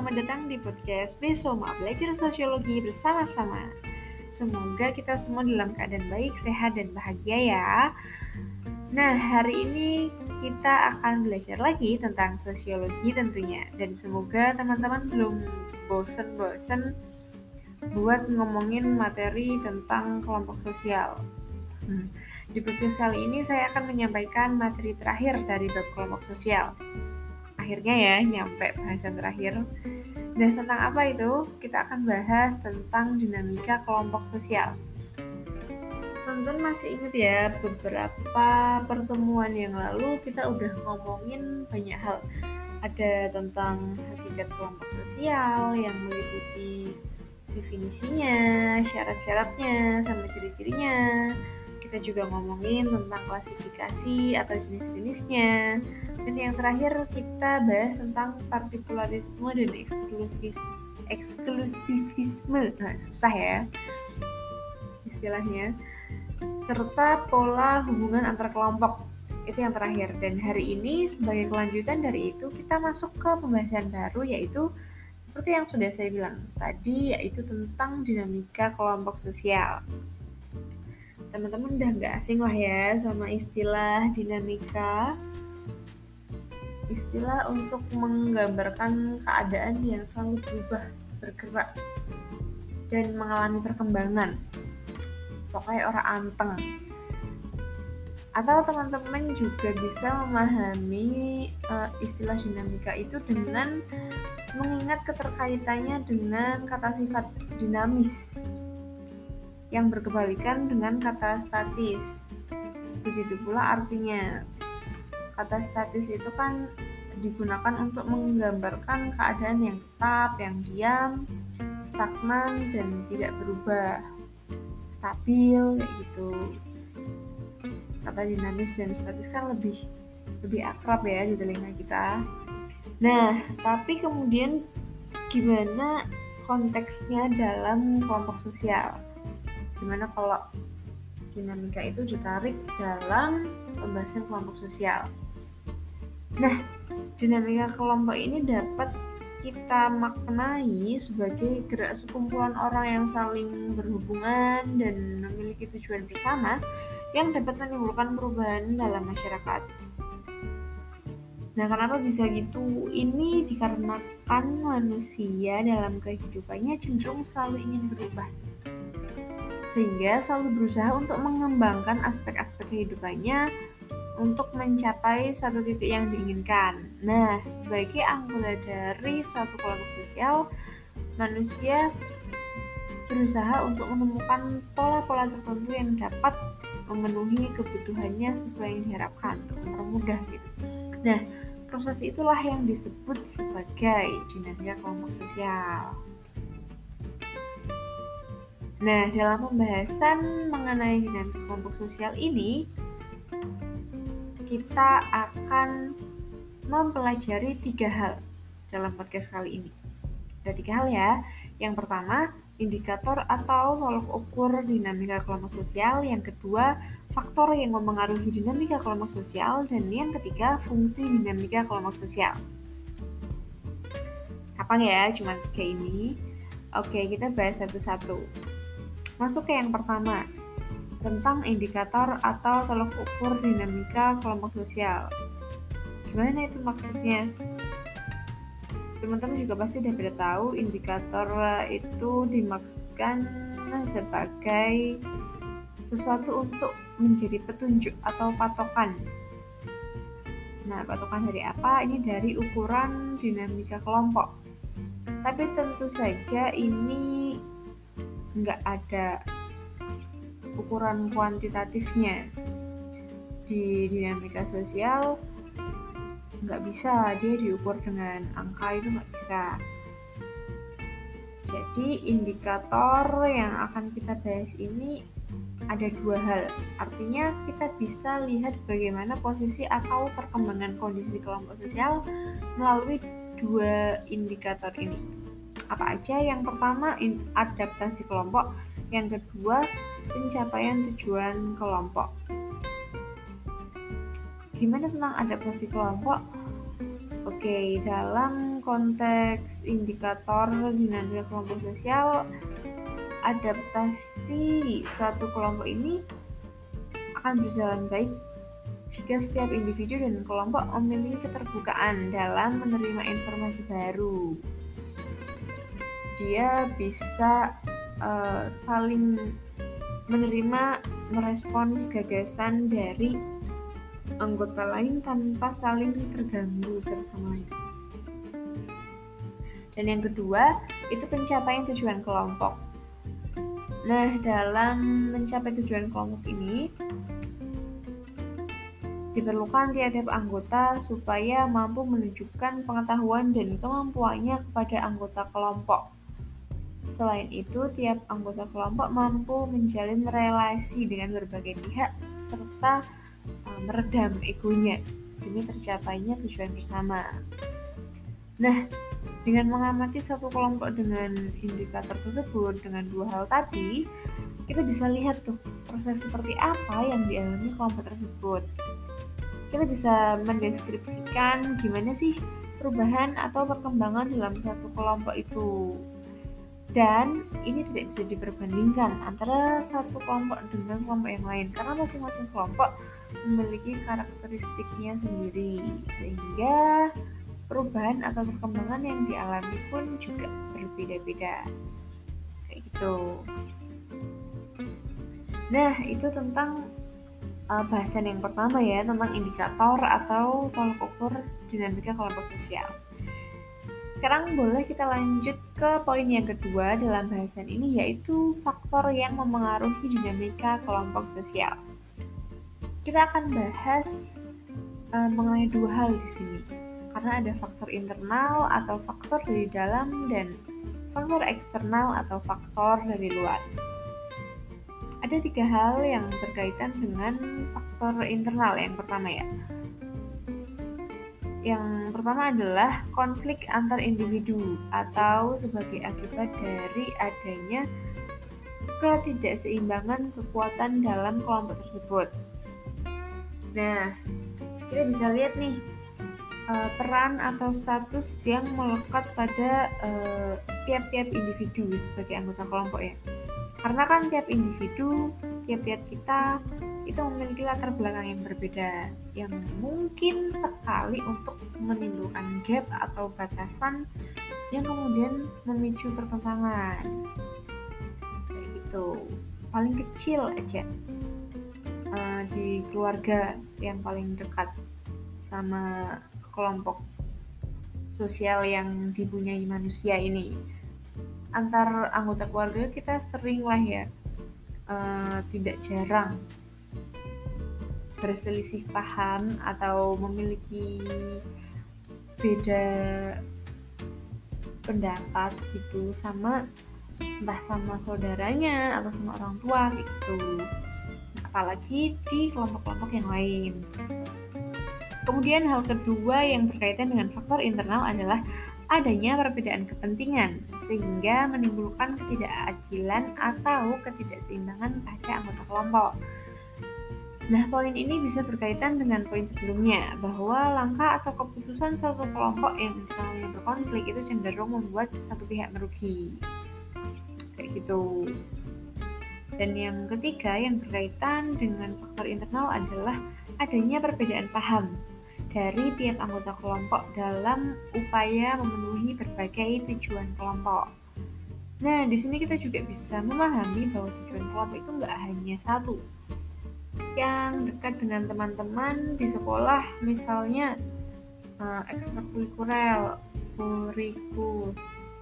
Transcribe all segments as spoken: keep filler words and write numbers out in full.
selamat datang di podcast Besoma Belajar Sosiologi bersama-sama. Semoga kita semua dalam keadaan baik, sehat, dan bahagia ya. Nah, hari ini kita akan belajar lagi tentang sosiologi tentunya. Dan semoga teman-teman belum bosen-bosen buat ngomongin materi tentang kelompok sosial. Hmm. Di podcast kali ini saya akan menyampaikan materi terakhir dari bab kelompok sosial. Akhirnya ya nyampe bahasan terakhir. Nah, tentang apa itu? Kita akan bahas tentang dinamika kelompok sosial. Teman-teman masih ingat ya, beberapa pertemuan yang lalu kita udah ngomongin banyak hal. Ada tentang hakikat kelompok sosial yang meliputi definisinya, syarat-syaratnya, sama ciri-cirinya. Kita juga ngomongin tentang klasifikasi atau jenis-jenisnya. Dan yang terakhir kita bahas tentang partikularisme dan eksklusis, eksklusivisme. Nah, susah ya istilahnya. Serta pola hubungan antar kelompok. Itu yang terakhir. Dan hari ini sebagai kelanjutan dari itu kita masuk ke pembahasan baru, yaitu seperti yang sudah saya bilang tadi, yaitu tentang dinamika kelompok sosial. Teman-teman udah gak asing lah ya sama istilah dinamika. Istilah untuk menggambarkan keadaan yang selalu berubah, bergerak, dan mengalami perkembangan. Pokoknya orang anteng. Atau teman-teman juga bisa memahami uh, istilah dinamika itu dengan mengingat keterkaitannya dengan kata sifat dinamis yang berkebalikan dengan kata statis. Begitu pula artinya. Kata statis itu kan digunakan untuk menggambarkan keadaan yang tetap, yang diam, stagnan, dan tidak berubah, stabil, kayak gitu. Kata dinamis dan statis kan lebih lebih akrab ya di telinga kita. Nah, tapi kemudian gimana konteksnya dalam kelompok sosial? Gimana kalau dinamika itu ditarik dalam pembahasan kelompok sosial? Nah, dinamika kelompok ini dapat kita maknai sebagai gerak sekumpulan orang yang saling berhubungan dan memiliki tujuan bersama yang dapat menimbulkan perubahan dalam masyarakat. Nah, kenapa bisa gitu? Ini dikarenakan manusia dalam kehidupannya cenderung selalu ingin berubah, sehingga selalu berusaha untuk mengembangkan aspek-aspek kehidupannya untuk mencapai suatu titik yang diinginkan. Nah, sebagai anggota dari suatu kelompok sosial, manusia berusaha untuk menemukan pola-pola tertentu yang dapat memenuhi kebutuhannya sesuai yang diharapkan untuk mempermudah gitu. Nah, proses itulah yang disebut sebagai dinamika kelompok sosial. Nah, dalam pembahasan mengenai dinamika kelompok sosial ini, kita akan mempelajari tiga hal dalam podcast kali ini. Ada tiga hal ya. Yang pertama, indikator atau tolok ukur dinamika kelompok sosial. Yang kedua, faktor yang mempengaruhi dinamika kelompok sosial. Dan yang ketiga, fungsi dinamika kelompok sosial. Kapan ya? Cuma tiga ini. Oke, kita bahas satu-satu. Masuk ke yang pertama, tentang indikator atau tolok ukur dinamika kelompok sosial. Gimana itu maksudnya? Teman-teman juga pasti udah pada tahu indikator itu dimaksudkan sebagai sesuatu untuk menjadi petunjuk atau patokan. Nah, patokan dari apa? Ini dari ukuran dinamika kelompok. Tapi tentu saja ini nggak ada ukuran kuantitatifnya. Di dinamika sosial nggak bisa dia diukur dengan angka, itu nggak bisa. Jadi indikator yang akan kita bahas ini ada dua hal. Artinya kita bisa lihat bagaimana posisi atau perkembangan kondisi kelompok sosial melalui dua indikator ini. Apa aja? Yang pertama, adaptasi kelompok. Yang kedua, pencapaian tujuan kelompok. Gimana tentang adaptasi kelompok? Oke, dalam konteks indikator dinamika kelompok sosial, adaptasi suatu kelompok ini akan berjalan baik jika setiap individu dan kelompok memiliki keterbukaan dalam menerima informasi baru. Dia bisa uh, saling menerima, merespons gagasan dari anggota lain tanpa saling terganggu satu sama lain. Dan yang kedua, itu pencapaian tujuan kelompok. Nah, dalam mencapai tujuan kelompok ini, diperlukan tiap-tiap anggota supaya mampu menunjukkan pengetahuan dan kemampuannya kepada anggota kelompok. Selain itu, tiap anggota kelompok mampu menjalin relasi dengan berbagai pihak serta uh, meredam egonya demi tercapainya tujuan bersama. Nah, dengan mengamati satu kelompok dengan indikator tersebut, dengan dua hal tadi, kita bisa lihat tuh proses seperti apa yang dialami kelompok tersebut. Kita bisa mendeskripsikan gimana sih perubahan atau perkembangan dalam satu kelompok itu. Dan ini tidak bisa diperbandingkan antara satu kelompok dengan kelompok yang lain karena masing-masing kelompok memiliki karakteristiknya sendiri, sehingga perubahan atau perkembangan yang dialami pun juga berbeda-beda. Kayak gitu. Nah, itu tentang uh, bahasan yang pertama ya, tentang indikator atau tolak ukur dinamika kelompok sosial. Sekarang boleh kita lanjut ke poin yang kedua dalam bahasan ini, yaitu faktor yang memengaruhi dinamika kelompok sosial. Kita akan bahas uh, mengenai dua hal di sini, karena ada faktor internal atau faktor dari dalam dan faktor eksternal atau faktor dari luar. Ada tiga hal yang berkaitan dengan faktor internal. Yang pertama ya, yang pertama adalah konflik antar individu atau sebagai akibat dari adanya ketidakseimbangan kekuatan dalam kelompok tersebut. Nah, kita bisa lihat nih uh, peran atau status yang melekat pada uh, tiap-tiap individu sebagai anggota kelompok ya. Karena kan tiap individu, tiap-tiap kita itu memiliki latar belakang yang berbeda, yang mungkin sekali untuk menimbulkan gap atau batasan yang kemudian memicu pertentangan. Kayak gitu. Paling kecil aja uh, di keluarga yang paling dekat sama kelompok sosial yang dipunyai manusia ini. Antar anggota keluarga kita sering lah ya, uh, tidak jarang berselisih paham atau memiliki beda pendapat gitu sama entah sama saudaranya atau sama orang tua gitu, apalagi di kelompok-kelompok yang lain. Kemudian hal kedua yang berkaitan dengan faktor internal adalah adanya perbedaan kepentingan sehingga menimbulkan ketidakadilan atau ketidakseimbangan pada anggota kelompok. Nah, poin ini bisa berkaitan dengan poin sebelumnya, bahwa langkah atau keputusan suatu kelompok yang internalnya berkonflik itu cenderung membuat satu pihak merugi. Kayak gitu. Dan yang ketiga yang berkaitan dengan faktor internal adalah adanya perbedaan paham dari tiap anggota kelompok dalam upaya memenuhi berbagai tujuan kelompok. Nah, di sini kita juga bisa memahami bahwa tujuan kelompok itu nggak hanya satu. Yang dekat dengan teman-teman di sekolah, misalnya uh, ekstrakurikuler, kurikuler,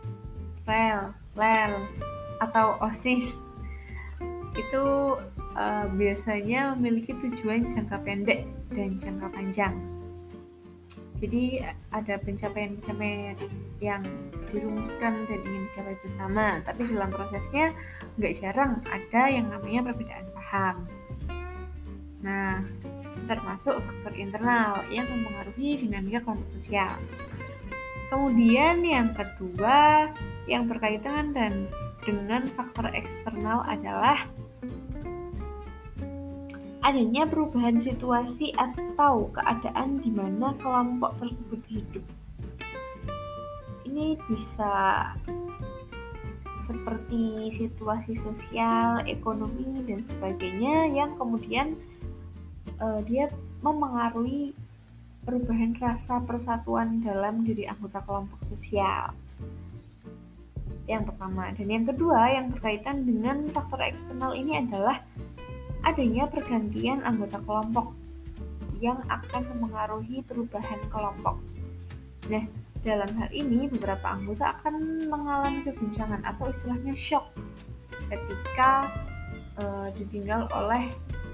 rel, atau OSIS, itu uh, biasanya memiliki tujuan jangka pendek dan jangka panjang. Jadi ada pencapaian-pencapaian yang dirumuskan dan ingin dicapai bersama, tapi dalam prosesnya nggak jarang ada yang namanya perbedaan paham. Nah, termasuk faktor internal yang mempengaruhi dinamika kelompok sosial. Kemudian yang kedua yang berkaitan dan dengan faktor eksternal adalah adanya perubahan situasi atau keadaan di mana kelompok tersebut hidup. Ini bisa seperti situasi sosial, ekonomi, dan sebagainya yang kemudian uh, dia memengaruhi perubahan rasa persatuan dalam diri anggota kelompok sosial. Yang pertama. Dan yang kedua yang berkaitan dengan faktor eksternal ini adalah adanya pergantian anggota kelompok yang akan memengaruhi perubahan kelompok. Nah, dalam hal ini beberapa anggota akan mengalami keguncangan atau istilahnya shock ketika uh, ditinggal oleh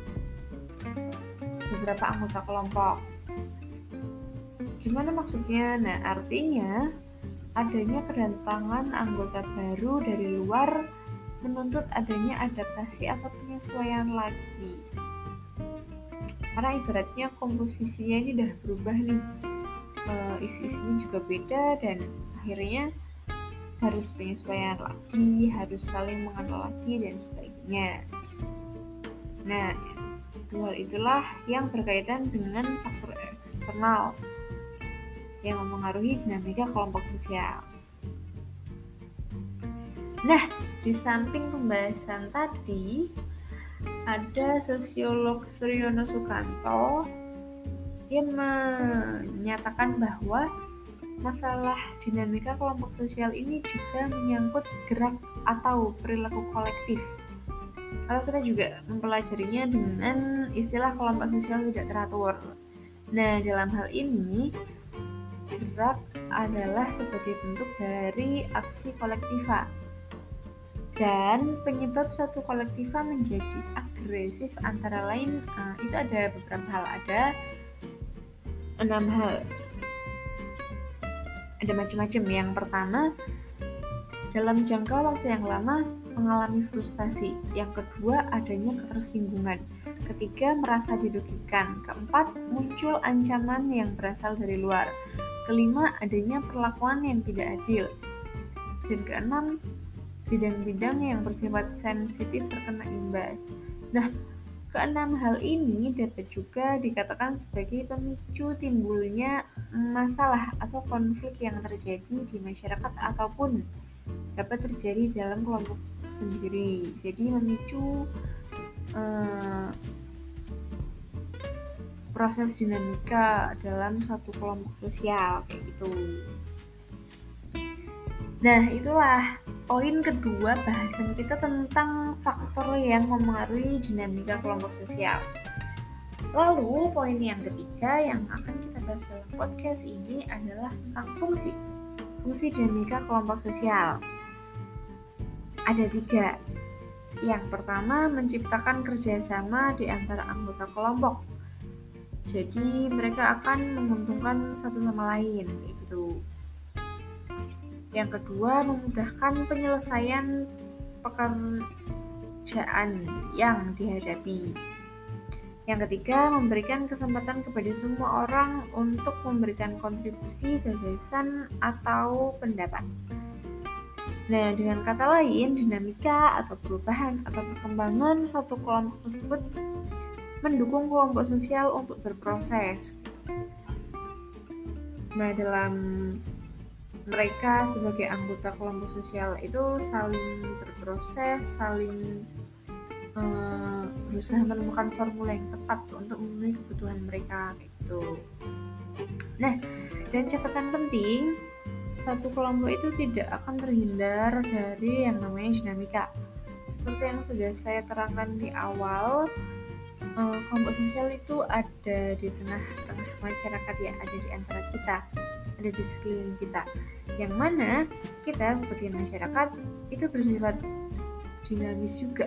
beberapa anggota kelompok. Gimana maksudnya? Nah, artinya adanya kedatangan anggota baru dari luar menuntut adanya adaptasi atau penyesuaian lagi. Karena ibaratnya komposisinya ini udah berubah nih, e, isi-isinya juga beda dan akhirnya harus penyesuaian lagi, harus saling mengenal lagi dan sebagainya. Nah, dua itulah yang berkaitan dengan faktor eksternal yang mempengaruhi dinamika kelompok sosial. Nah, di samping pembahasan tadi, ada sosiolog Suryono Sukanto yang menyatakan bahwa masalah dinamika kelompok sosial ini juga menyangkut gerak atau perilaku kolektif. Kalau kita juga mempelajarinya dengan istilah kelompok sosial tidak teratur. Nah, dalam hal ini gerak adalah sebagai bentuk dari aksi kolektiva dan penyebab suatu kolektiva menjadi agresif antara lain uh, itu ada beberapa hal, ada enam hal, ada macam-macam. Yang pertama, dalam jangka waktu yang lama mengalami frustasi. Yang kedua, adanya ketersinggungan. Ketiga, merasa dirugikan. Keempat, muncul ancaman yang berasal dari luar. Kelima, adanya perlakuan yang tidak adil. Dan keenam, bidang-bidang yang bersifat sensitif terkena imbas. Nah, keenam hal ini dapat juga dikatakan sebagai pemicu timbulnya masalah atau konflik yang terjadi di masyarakat ataupun dapat terjadi dalam kelompok sendiri. Jadi memicu eh, proses dinamika dalam satu kelompok sosial kayak gitu. Nah, itulah poin kedua bahasan kita tentang faktor yang memengaruhi dinamika kelompok sosial. Lalu poin yang ketiga yang akan kita bahas dalam podcast ini adalah tentang fungsi fungsi dinamika kelompok sosial. Ada tiga. Yang pertama, menciptakan kerjasama di antara anggota kelompok. Jadi mereka akan menguntungkan satu sama lain gitu. Yang kedua, memudahkan penyelesaian pekerjaan yang dihadapi. Yang ketiga, memberikan kesempatan kepada semua orang untuk memberikan kontribusi, gagasan, atau pendapat. Nah, dengan kata lain, dinamika atau perubahan atau perkembangan suatu kelompok tersebut mendukung kelompok sosial untuk berproses. Nah, dalam mereka sebagai anggota kelompok sosial itu saling berproses, saling uh, berusaha menemukan formula yang tepat untuk memenuhi kebutuhan mereka gitu. Nah, dan catatan penting, satu kelompok itu tidak akan terhindar dari yang namanya dinamika. Seperti yang sudah saya terangkan di awal, kelompok sosial itu ada di tengah-tengah masyarakat ya, ada di antara kita, ada di sekeliling kita, yang mana kita sebagai masyarakat itu bersifat dinamis juga.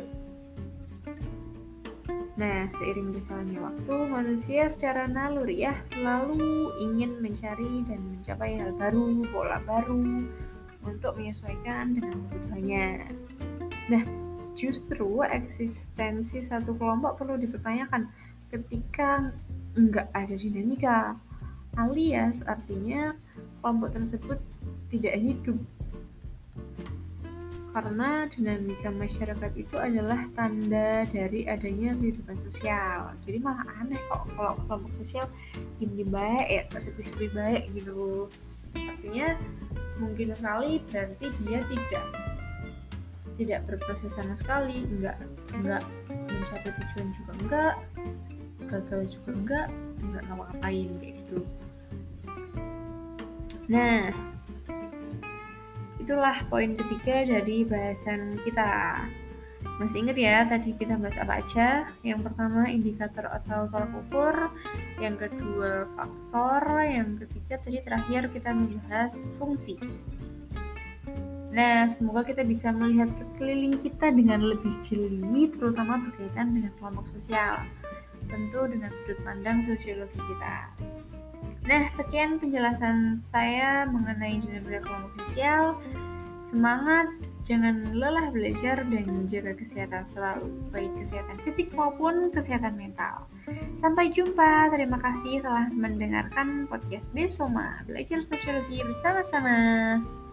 Nah, seiring berjalannya waktu, manusia secara naluriah selalu ingin mencari dan mencapai hal baru, pola baru untuk menyesuaikan dengan kebutuhannya. Nah, justru eksistensi satu kelompok perlu dipertanyakan ketika enggak ada dinamika, alias artinya kelompok tersebut tidak hidup. karena dinamika masyarakat itu adalah tanda dari adanya kehidupan sosial. Jadi malah aneh kok kalau kelompok sosial gini baik ya, sepi-sepi baik gitu. Artinya mungkin sekali berarti dia tidak tidak berproses sama sekali, enggak enggak mencapai tujuan juga enggak, gagal juga enggak, enggak ngapa-ngapain kayak gitu. Nah, itulah poin ketiga dari bahasan kita. Masih ingat ya tadi kita bahas apa aja? Yang pertama indikator atau tolak ukur, yang kedua faktor, yang ketiga tadi terakhir kita membahas fungsi. Nah, semoga kita bisa melihat sekeliling kita dengan lebih jeli, terutama berkaitan dengan kelompok sosial. Tentu dengan sudut pandang sosiologi kita. Nah, sekian penjelasan saya mengenai dinamika kelompok sosial. Semangat, jangan lelah belajar dan jaga kesehatan selalu, baik kesehatan fisik maupun kesehatan mental. Sampai jumpa, terima kasih telah mendengarkan podcast Besoma, belajar sosiologi bersama-sama.